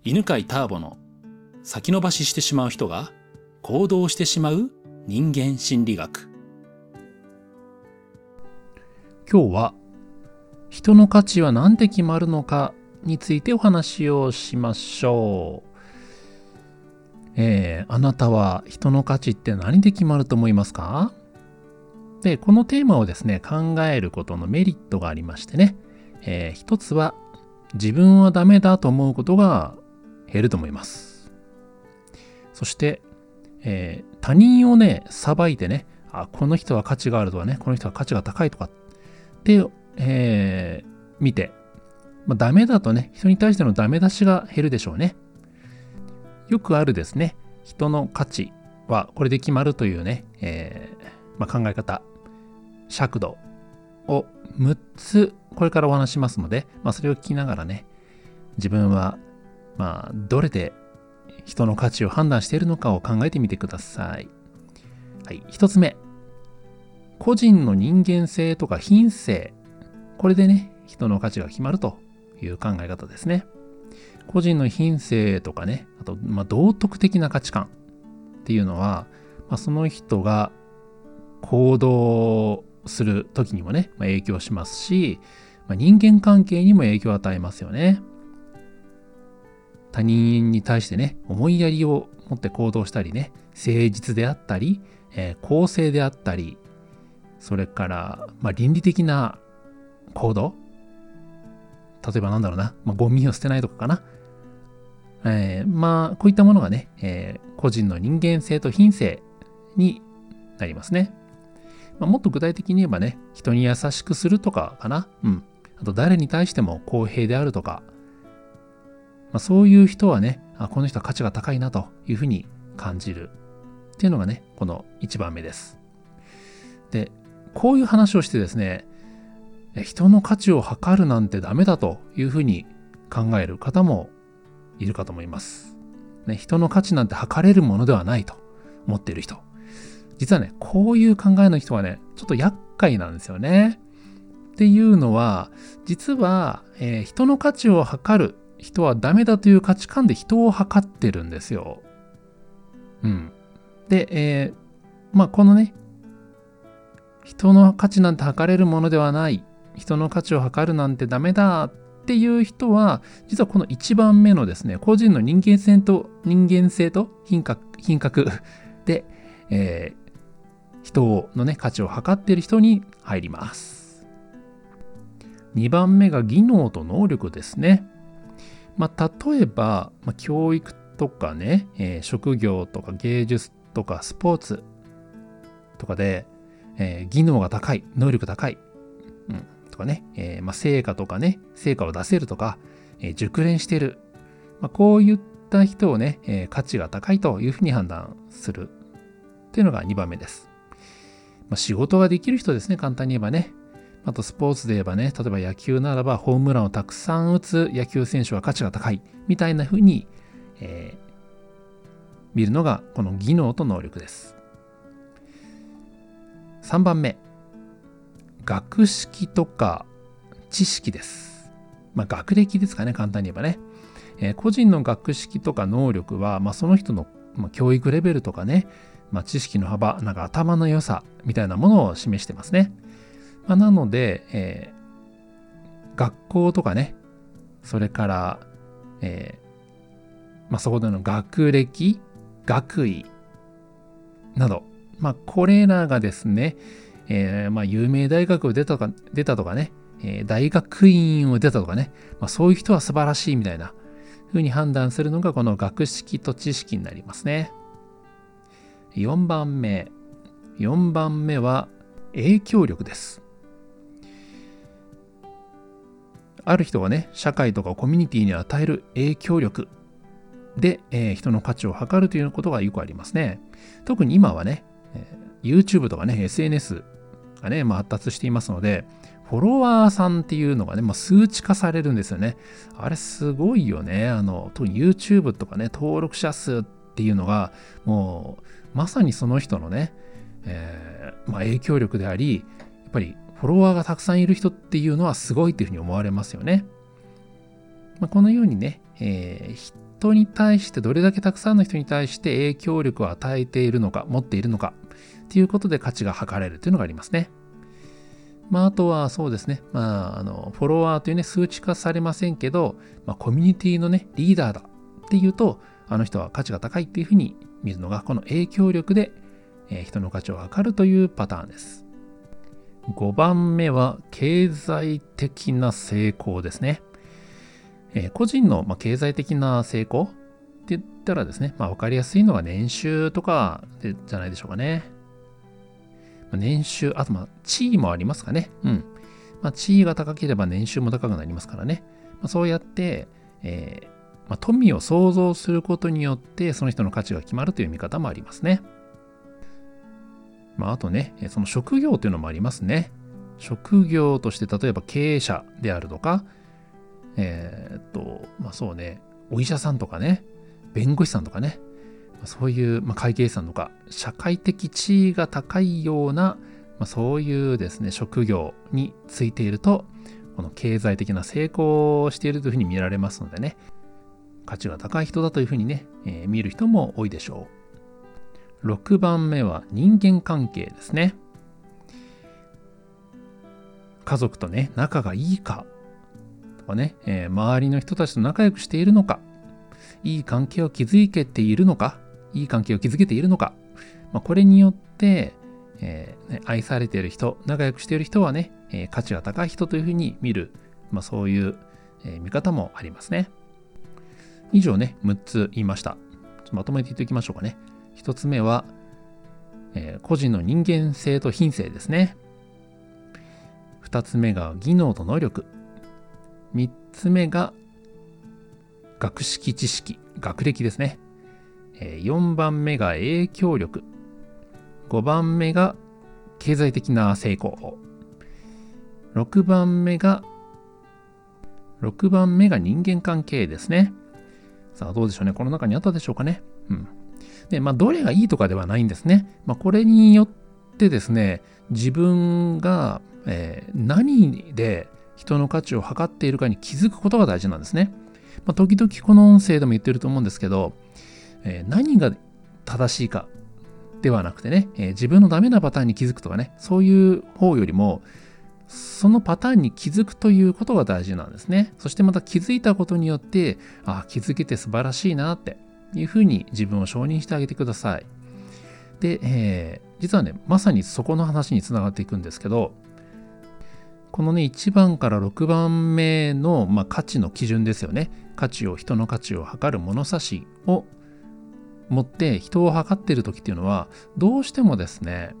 犬飼ターボの先延ばししてしまう人が行動してしまう人間心理学。 今日は人の価値は何で決まるのかについてお話をしましょう。あなたは人の価値って何で決まると思いますか？で、このテーマをですね、考えることのメリットがありましてね、一つは自分はダメだと思うことが減ると思います。そして、他人をね、裁いてね、この人は価値があるとかね、この人は価値が高いとかって、見て、ダメだとね、人に対してのダメ出しが減るでしょうね。よくあるですね、人の価値はこれで決まるというね、考え方、尺度を6つこれからお話しますので、それを聞きながらね、自分はどれで人の価値を判断しているのかを考えてみてください。はい、1つ目、個人の人間性とか品性、これでね、人の価値が決まるという考え方ですね。個人の品性とかね、あと、道徳的な価値観っていうのは、その人が行動する時にもね、影響しますし、人間関係にも影響を与えますよね。他人に対してね、思いやりを持って行動したりね、誠実であったり、公正であったり、それから、倫理的な行動、例えばゴミを捨てないとかかな。こういったものがね、個人の人間性と品性になりますね。もっと具体的に言えばね、人に優しくするとかかな。あと誰に対しても公平であるとか、そういう人はね、この人は価値が高いなというふうに感じるっていうのがね、この1番目です。で、こういう話をしてですね、人の価値を測るなんてダメだというふうに考える方もいるかと思います。人の価値なんて測れるものではないと思っている人。実はね、こういう考えの人はね、ちょっと厄介なんですよね。っていうのは、実は、人の価値を測る人はダメだという価値観で人を測ってるんですよ。で、このね、人の価値なんて測れるものではない、人の価値を測るなんてダメだっていう人は、実はこの1番目のですね、個人の人間性と品格で、人のね、価値を測っている人に入ります。2番目が技能と能力ですね。例えば、教育とかね、職業とか芸術とかスポーツとかで、技能が高い、能力高い、とかね、成果とかね、成果を出せるとか、熟練している、こういった人をね、価値が高いというふうに判断するというのが2番目です。仕事ができる人ですね、簡単に言えばね。あとスポーツで言えばね、例えば野球ならばホームランをたくさん打つ野球選手は価値が高いみたいな風に、見るのがこの技能と能力です。3番目、学識とか知識です。学歴ですかね、簡単に言えばね。個人の学識とか能力は、その人の、教育レベルとかね、知識の幅、頭の良さみたいなものを示してますね。なので、学校とかね、それから、そこでの学歴、学位など、これらがですね、有名大学を出たとかね、大学院を出たとかね、そういう人は素晴らしいみたいな風に判断するのがこの学識と知識になりますね。4番目は影響力です。ある人がね、社会とかコミュニティに与える影響力で、人の価値を測るということがよくありますね。特に今はね、YouTube とかね、SNS がね、発達していますので、フォロワーさんっていうのがね、数値化されるんですよね。あれすごいよね。特に YouTube とかね、登録者数っていうのが、もう、まさにその人のね、影響力であり、やっぱりフォロワーがたくさんいる人っていうのはすごいっていうふうに思われますよね。このようにね、 人に対してどれだけたくさんの人に対して影響力を与えているのか、持っているのかっていうことで価値が測れるというのがありますね。あとはそうですね、フォロワーというね、数値化されませんけど、コミュニティのね、リーダーだっていうと、あの人は価値が高いっていうふうに見るのが、この影響力で、人の価値を測るというパターンです。5番目は経済的な成功ですね。個人の経済的な成功って言ったらですね、分かりやすいのが年収とかじゃないでしょうかね。年収、あと地位もありますかね。地位が高ければ年収も高くなりますからね。そうやって、富を創造することによってその人の価値が決まるという見方もありますね。あとね、その職業というのもありますね。職業として例えば経営者であるとか、そうね、お医者さんとかね、弁護士さんとかね、そういう、会計士さんとか、社会的地位が高いような、そういうですね、職業についていると、この経済的な成功をしているというふうに見られますのでね、価値が高い人だというふうにね、見る人も多いでしょう。6番目は人間関係ですね。家族とね、仲がいいかとかね、周りの人たちと仲良くしているのか、いい関係を築けているのか、これによって、愛されている人、仲良くしている人はね、価値が高い人というふうに見る、そういう、見方もありますね。以上ね、6つ言いました。まとめて言っておきましょうかね。1つ目は、個人の人間性と品性ですね。2つ目が技能と能力。3つ目が学識知識、学歴ですね。4番目が影響力。5番目が経済的な成功。6番目が人間関係ですね。さあどうでしょうね。この中にあったでしょうかね。で、どれがいいとかではないんですね。これによってですね、自分が、何で人の価値を測っているかに気づくことが大事なんですね。時々この音声でも言ってると思うんですけど、何が正しいかではなくてね、自分のダメなパターンに気づくとかね、そういう方よりも、そのパターンに気づくということが大事なんですね。そしてまた気づいたことによって、気づけて素晴らしいなっていうふうに自分を承認してあげてください。で、実はね、まさにそこの話につながっていくんですけど、このね、1番から6番目の、価値の基準ですよね。人の価値を測る物差しを持って人を測っている時っていうのは、どうしてもですね、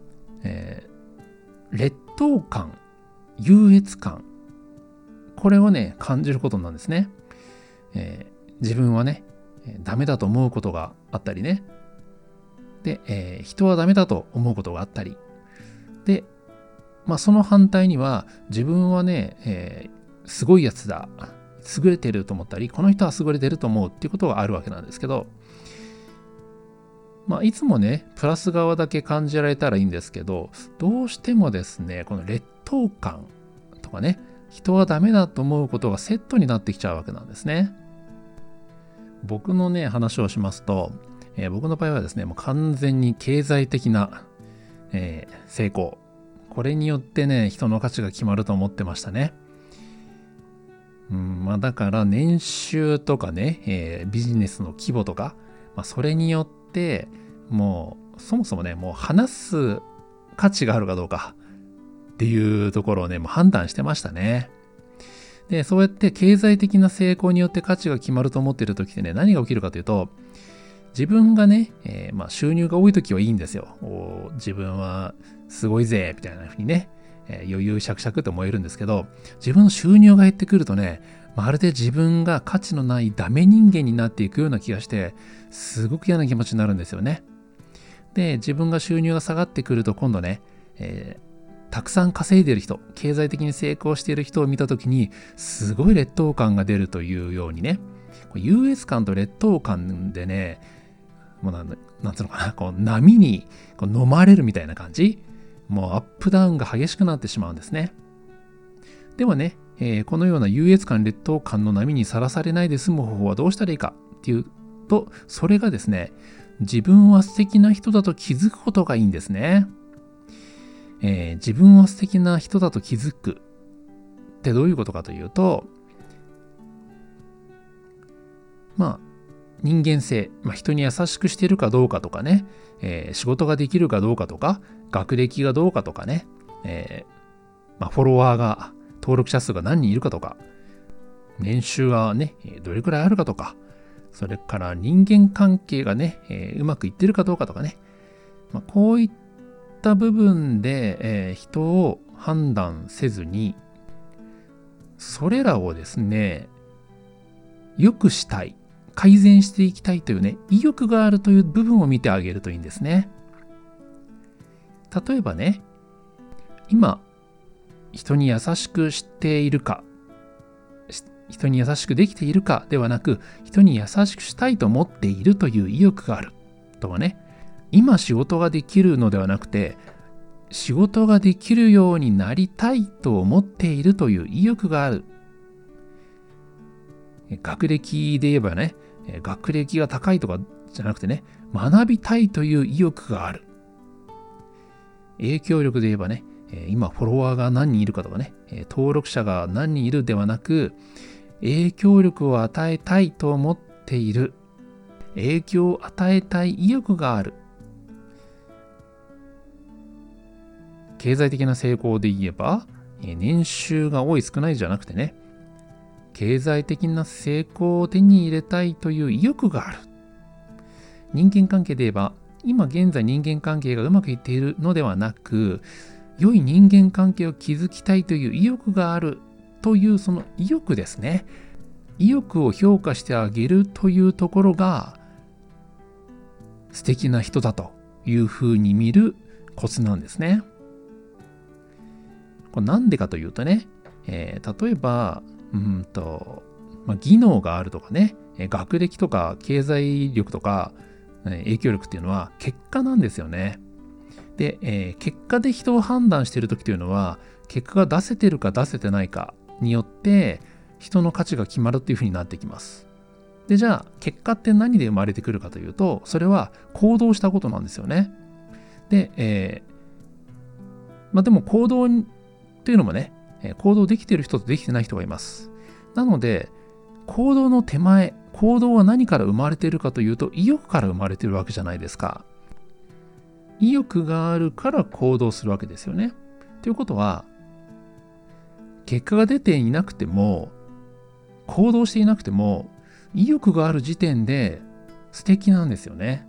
劣等感、優越感、これをね、感じることなんですね。自分はね、ダメだと思うことがあったりね。で、人はダメだと思うことがあったり。で、その反対には、自分はね、すごいやつだ、優れてると思ったり、この人は優れてると思うっていうことがあるわけなんですけど、いつもね、プラス側だけ感じられたらいいんですけど、どうしてもですね、この劣等感とかね、人はダメだと思うことがセットになってきちゃうわけなんですね。僕のね、話をしますと、僕の場合はですね、もう完全に経済的な、成功。これによってね、人の価値が決まると思ってましたね。だから年収とかね、ビジネスの規模とか、それによってもうそもそもね、もう話す価値があるかどうかっていうところをね、もう判断してましたね。で、そうやって経済的な成功によって価値が決まると思っている時ってね、何が起きるかというと、自分がね、収入が多い時はいいんですよ。自分はすごいぜみたいな風にね、余裕しゃくしゃくって思えるんですけど、自分の収入が減ってくるとね、まるで自分が価値のないダメ人間になっていくような気がして、すごく嫌な気持ちになるんですよね。で、自分が収入が下がってくると今度ね、たくさん稼いでいる人、経済的に成功している人を見たときに、すごい劣等感が出るというようにね、優越感と劣等感でね、もうなんつうのかな、こう波にこう飲まれるみたいな感じ、もうアップダウンが激しくなってしまうんですね。でもね、このような優越感、劣等感の波にさらされないで済む方法はどうしたらいいかっっていうと、それがですね、自分は素敵な人だと気づくことがいいんですね。自分は素敵な人だと気づくってどういうことかというと、人間性、人に優しくしているかどうかとかね、仕事ができるかどうかとか、学歴がどうかとかね、フォロワーが、登録者数が何人いるかとか、年収がね、どれくらいあるかとか、それから人間関係がね、うまくいってるかどうかとかね、こういった部分で、人を判断せずに、それらをですね、良くしたい、改善していきたいというね、意欲があるという部分を見てあげるといいんですね。例えばね、今、人に優しくしているか、人に優しくできているかではなく、人に優しくしたいと思っているという意欲があるとかね、今仕事ができるのではなくて、仕事ができるようになりたいと思っているという意欲がある。学歴で言えばね、学歴が高いとかじゃなくてね、学びたいという意欲がある。影響力で言えばね、今フォロワーが何人いるかとかね、登録者が何人いるではなく、影響力を与えたいと思っている。影響を与えたい意欲がある。経済的な成功で言えば、年収が多い少ないじゃなくてね、経済的な成功を手に入れたいという意欲がある。人間関係で言えば、今現在人間関係がうまくいっているのではなく、良い人間関係を築きたいという意欲があるというその意欲ですね。意欲を評価してあげるというところが素敵な人だというふうに見るコツなんですね。これなんでかというとね、例えば技能があるとかね、学歴とか経済力とか影響力っていうのは結果なんですよね。で、結果で人を判断している時というのは、結果が出せてるか出せてないかによって人の価値が決まるっていうふうになってきます。で、じゃあ結果って何で生まれてくるかというと、それは行動したことなんですよね。で、でも行動というのもね、行動できている人とできてない人がいます。なので、行動の手前、行動は何から生まれているかというと、意欲から生まれているわけじゃないですか。意欲があるから行動するわけですよね。ということは、結果が出ていなくても、行動していなくても、意欲がある時点で素敵なんですよね。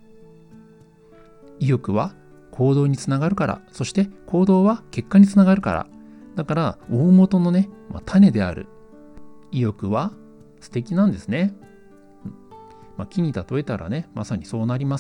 意欲は行動につながるから、そして行動は結果につながるから。だから、大元のね、種である意欲は素敵なんですね。木に例えたらね、まさにそうなります。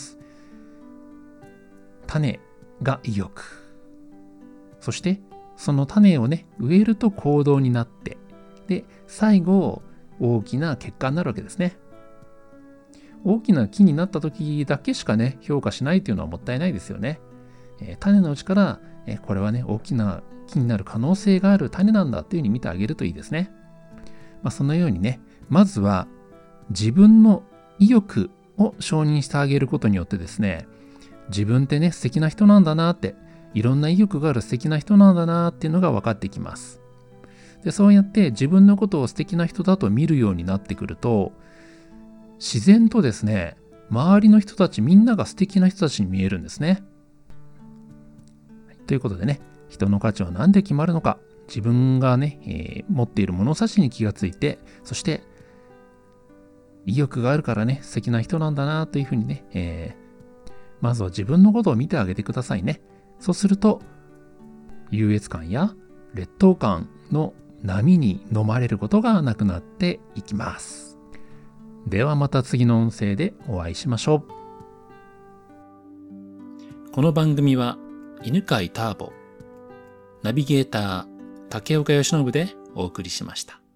種が意欲。そして、その種をね、植えると行動になって、で、最後、大きな結果になるわけですね。大きな木になった時だけしかね、評価しないというのはもったいないですよね。種のうちから、これはね、大きな木になる可能性がある種なんだっていうふうに見てあげるといいですね。そのようにね、まずは自分の意欲を承認してあげることによってですね、自分ってね、素敵な人なんだなって、いろんな意欲がある素敵な人なんだなっていうのが分かってきます。で、そうやって自分のことを素敵な人だと見るようになってくると、自然とですね、周りの人たちみんなが素敵な人たちに見えるんですね。ということでね、人の価値は何で決まるのか、自分がね、持っている物差しに気がついて、そして意欲があるからね、素敵な人なんだなというふうにね、まずは自分のことを見てあげてくださいね。そうすると、優越感や劣等感の波に飲まれることがなくなっていきます。ではまた次の音声でお会いしましょう。 この番組は犬飼ターボ、ナビゲーター竹岡由伸でお送りしました。